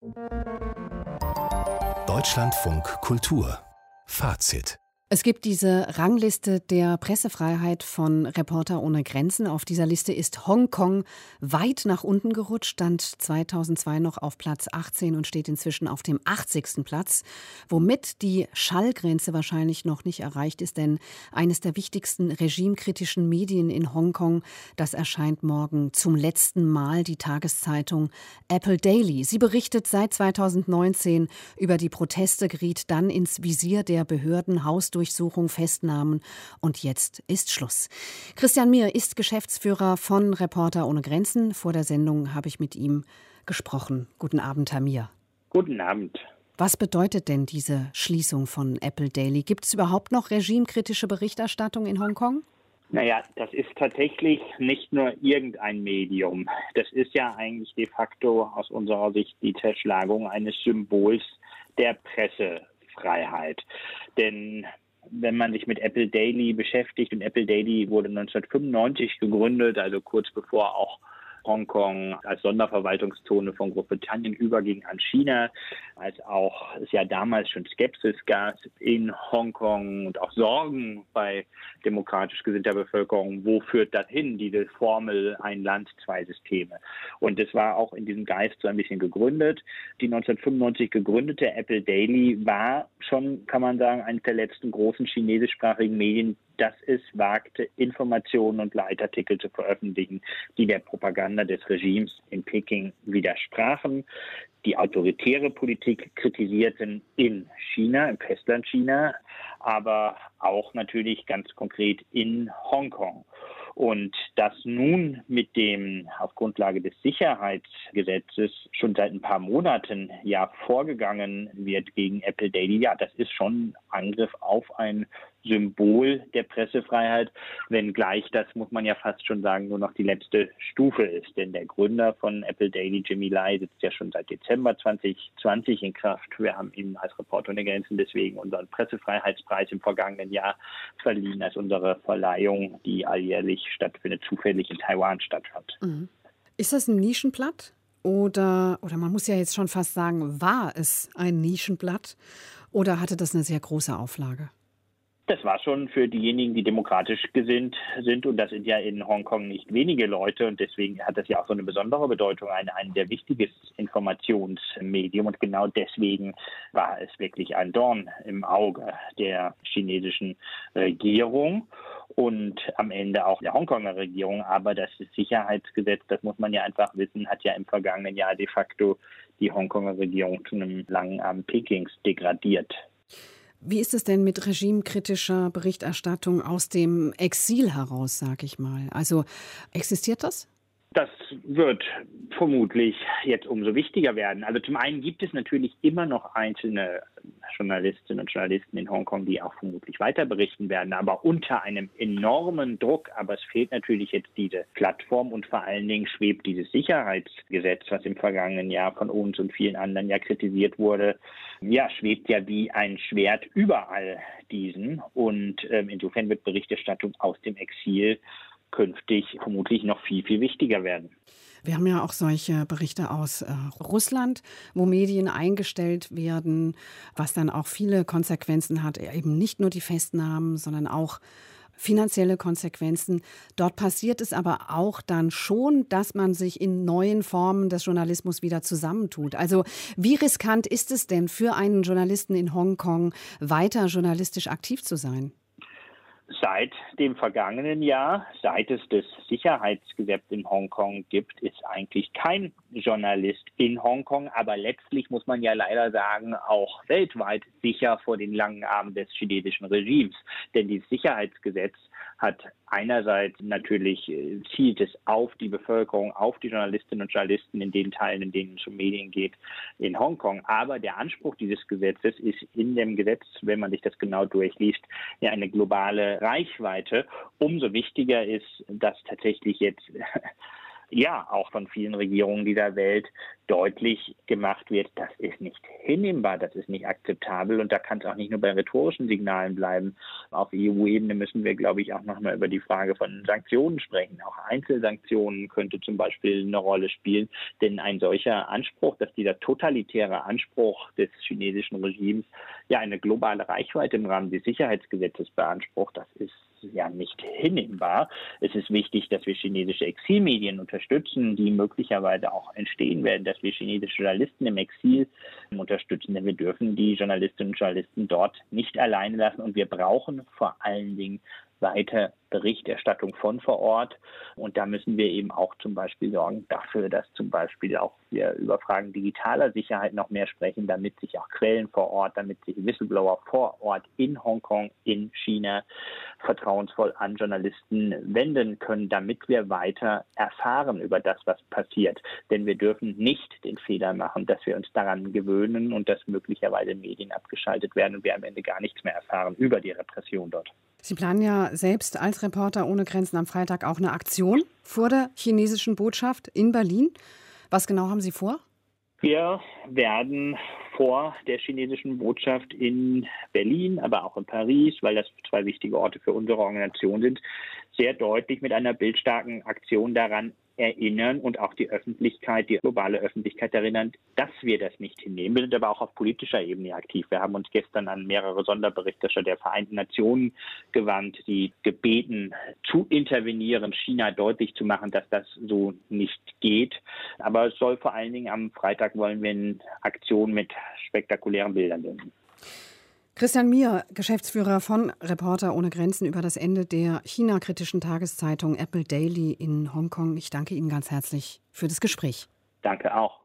Deutschlandfunk Kultur Fazit. Es gibt diese Rangliste der Pressefreiheit von Reporter ohne Grenzen. Auf dieser Liste ist Hongkong weit nach unten gerutscht, stand 2002 noch auf Platz 18 und steht inzwischen auf dem 80. Platz, womit die Schallgrenze wahrscheinlich noch nicht erreicht ist, denn eines der wichtigsten regimekritischen Medien in Hongkong, das erscheint morgen zum letzten Mal, die Tageszeitung Apple Daily. Sie berichtet seit 2019 über die Proteste, geriet dann ins Visier der Behörden, Hausdurchsuchung, Festnahmen und jetzt ist Schluss. Christian Mier ist Geschäftsführer von Reporter ohne Grenzen. Vor der Sendung habe ich mit ihm gesprochen. Guten Abend, Herr Mier. Guten Abend. Was bedeutet denn diese Schließung von Apple Daily? Gibt es überhaupt noch regimekritische Berichterstattung in Hongkong? Naja, das ist tatsächlich nicht nur irgendein Medium. Das ist ja eigentlich de facto aus unserer Sicht die Zerschlagung eines Symbols der Pressefreiheit. Denn wenn man sich mit Apple Daily beschäftigt, und Apple Daily wurde 1995 gegründet, also kurz bevor auch Hongkong als Sonderverwaltungszone von Großbritannien überging an China, als auch es ja damals schon Skepsis gab in Hongkong und auch Sorgen bei demokratisch gesinnter Bevölkerung, wo führt das hin, diese Formel ein Land, zwei Systeme. Und es war auch in diesem Geist so ein bisschen gegründet. Die 1995 gegründete Apple Daily war schon, kann man sagen, eines der letzten großen chinesischsprachigen Medien, dass es wagte, Informationen und Leitartikel zu veröffentlichen, die der Propaganda des Regimes in Peking widersprachen, die autoritäre Politik kritisierten in China, im Festland China, aber auch natürlich ganz konkret in Hongkong. Und dass nun mit dem auf Grundlage des Sicherheitsgesetzes schon seit ein paar Monaten ja vorgegangen wird gegen Apple Daily, ja, das ist schon Angriff auf ein Symbol der Pressefreiheit, wenngleich das, muss man ja fast schon sagen, nur noch die letzte Stufe ist. Denn der Gründer von Apple Daily, Jimmy Lai, sitzt ja schon seit Dezember 2020 in Kraft. Wir haben ihm als Reporter ohne Grenzen deswegen unseren Pressefreiheitspreis im vergangenen Jahr verliehen, als unsere Verleihung, die alljährlich stattfindet, zufällig in Taiwan stattfand. Mhm. Ist das ein Nischenblatt? Oder man muss ja jetzt schon fast sagen, war es ein Nischenblatt? Oder hatte das eine sehr große Auflage? Das war schon für diejenigen, die demokratisch gesinnt sind, und das sind ja in Hongkong nicht wenige Leute, und deswegen hat das ja auch so eine besondere Bedeutung, ein sehr wichtiges Informationsmedium, und genau deswegen war es wirklich ein Dorn im Auge der chinesischen Regierung und am Ende auch der Hongkonger Regierung. Aber das Sicherheitsgesetz, das muss man ja einfach wissen, hat ja im vergangenen Jahr de facto die Hongkonger Regierung zu einem langen Arm Pekings degradiert. Wie ist es denn mit regimekritischer Berichterstattung aus dem Exil heraus, sag ich mal? Also existiert das? Das wird vermutlich jetzt umso wichtiger werden. Also zum einen gibt es natürlich immer noch einzelne Journalistinnen und Journalisten in Hongkong, die auch vermutlich weiter berichten werden, aber unter einem enormen Druck. Aber es fehlt natürlich jetzt diese Plattform, und vor allen Dingen schwebt dieses Sicherheitsgesetz, was im vergangenen Jahr von uns und vielen anderen ja kritisiert wurde, ja, schwebt ja wie ein Schwert überall diesen. Und insofern wird Berichterstattung aus dem Exil künftig vermutlich noch viel, viel wichtiger werden. Wir haben ja auch solche Berichte aus Russland, wo Medien eingestellt werden, was dann auch viele Konsequenzen hat, eben nicht nur die Festnahmen, sondern auch finanzielle Konsequenzen. Dort passiert es aber auch dann schon, dass man sich in neuen Formen des Journalismus wieder zusammentut. Also wie riskant ist es denn für einen Journalisten in Hongkong, weiter journalistisch aktiv zu sein? Seit dem vergangenen Jahr, seit es das Sicherheitsgesetz in Hongkong gibt, ist eigentlich kein Journalist in Hongkong, aber letztlich muss man ja leider sagen, auch weltweit sicher vor den langen Armen des chinesischen Regimes. Denn dieses Sicherheitsgesetz hat einerseits natürlich, zielt es auf die Bevölkerung, auf die Journalistinnen und Journalisten in den Teilen, in denen es um Medien geht, in Hongkong. Aber der Anspruch dieses Gesetzes ist in dem Gesetz, wenn man sich das genau durchliest, ja eine globale Reichweite. Umso wichtiger ist, dass tatsächlich jetzt ja auch von vielen Regierungen dieser Welt deutlich gemacht wird, das ist nicht hinnehmbar, das ist nicht akzeptabel und da kann es auch nicht nur bei rhetorischen Signalen bleiben. Auf EU-Ebene müssen wir, glaube ich, auch nochmal über die Frage von Sanktionen sprechen. Auch Einzelsanktionen könnte zum Beispiel eine Rolle spielen, denn ein solcher Anspruch, dass dieser totalitäre Anspruch des chinesischen Regimes ja eine globale Reichweite im Rahmen des Sicherheitsgesetzes beansprucht, das ist ja nicht hinnehmbar. Es ist wichtig, dass wir chinesische Exilmedien unterstützen, die möglicherweise auch entstehen werden, dass wir chinesische Journalisten im Exil unterstützen, denn wir dürfen die Journalistinnen und Journalisten dort nicht alleine lassen und wir brauchen vor allen Dingen weiter Berichterstattung von vor Ort. Und da müssen wir eben auch zum Beispiel sorgen dafür, dass zum Beispiel auch wir über Fragen digitaler Sicherheit noch mehr sprechen, damit sich auch Quellen vor Ort, damit sich Whistleblower vor Ort in Hongkong, in China vertrauensvoll an Journalisten wenden können, damit wir weiter erfahren über das, was passiert. Denn wir dürfen nicht den Fehler machen, dass wir uns daran gewöhnen und dass möglicherweise Medien abgeschaltet werden und wir am Ende gar nichts mehr erfahren über die Repression dort. Sie planen ja selbst als Reporter ohne Grenzen am Freitag auch eine Aktion vor der chinesischen Botschaft in Berlin. Was genau haben Sie vor? Wir werden vor der chinesischen Botschaft in Berlin, aber auch in Paris, weil das zwei wichtige Orte für unsere Organisation sind, sehr deutlich mit einer bildstarken Aktion daran erinnern und auch die Öffentlichkeit, die globale Öffentlichkeit erinnern, dass wir das nicht hinnehmen. Wir sind aber auch auf politischer Ebene aktiv. Wir haben uns gestern an mehrere Sonderberichterstatter der Vereinten Nationen gewandt, die gebeten, zu intervenieren, China deutlich zu machen, dass das so nicht geht. Aber es soll vor allen Dingen am Freitag wollen wir eine Aktion mit spektakulären Bildern sehen. Christian Mier, Geschäftsführer von Reporter ohne Grenzen, über das Ende der China-kritischen Tageszeitung Apple Daily in Hongkong. Ich danke Ihnen ganz herzlich für das Gespräch. Danke auch.